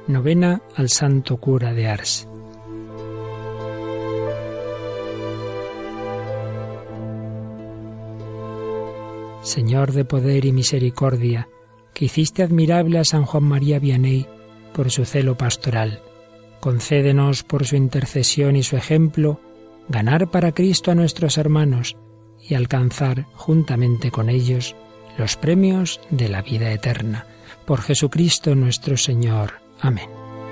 Novena al Santo Cura de Ars. Señor de poder y misericordia, que hiciste admirable a San Juan María Vianney por su celo pastoral, concédenos por su intercesión y su ejemplo ganar para Cristo a nuestros hermanos y alcanzar juntamente con ellos los premios de la vida eterna. Por Jesucristo nuestro Señor. Amén.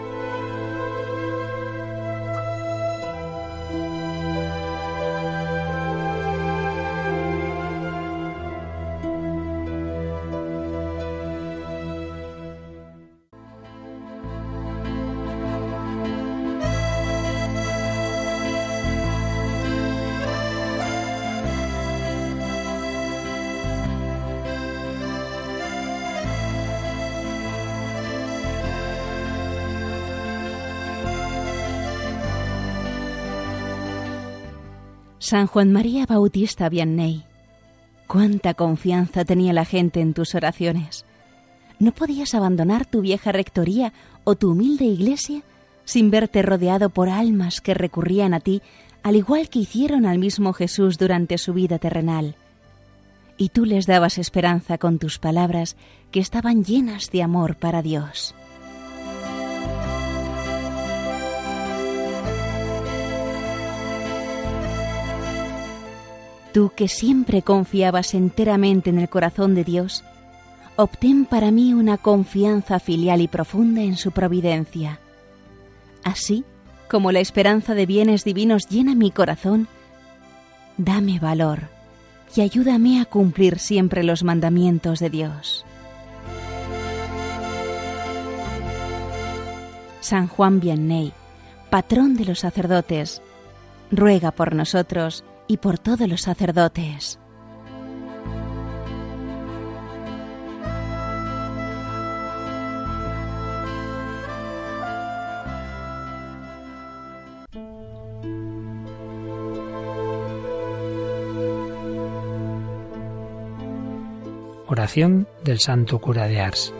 San Juan María Bautista Vianney, cuánta confianza tenía la gente en tus oraciones. No podías abandonar tu vieja rectoría o tu humilde iglesia sin verte rodeado por almas que recurrían a ti, al igual que hicieron al mismo Jesús durante su vida terrenal. Y tú les dabas esperanza con tus palabras que estaban llenas de amor para Dios. Tú que siempre confiabas enteramente en el corazón de Dios, obtén para mí una confianza filial y profunda en su providencia. Así como la esperanza de bienes divinos llena mi corazón, dame valor y ayúdame a cumplir siempre los mandamientos de Dios. San Juan Vianney, patrón de los sacerdotes, ruega por nosotros y por todos los sacerdotes. Oración del Santo Cura de Ars.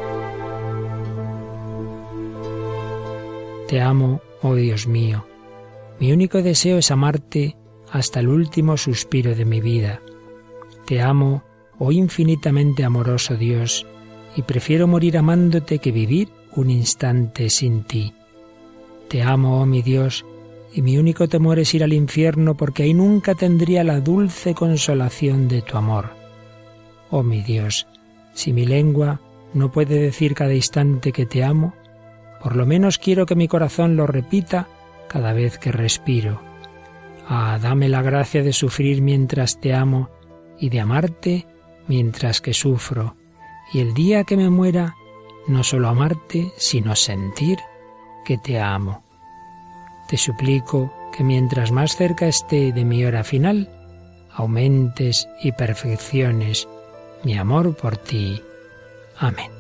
Te amo, oh Dios mío. Mi único deseo es amarte hasta el último suspiro de mi vida. Te amo, oh infinitamente amoroso Dios, y prefiero morir amándote que vivir un instante sin ti. Te amo, oh mi Dios, y mi único temor es ir al infierno, porque ahí nunca tendría la dulce consolación de tu amor. Oh mi Dios, si mi lengua no puede decir cada instante que te amo, por lo menos quiero que mi corazón lo repita cada vez que respiro. Ah, dame la gracia de sufrir mientras te amo y de amarte mientras que sufro, y el día que me muera, no solo amarte, sino sentir que te amo. Te suplico que mientras más cerca esté de mi hora final, aumentes y perfecciones mi amor por ti. Amén.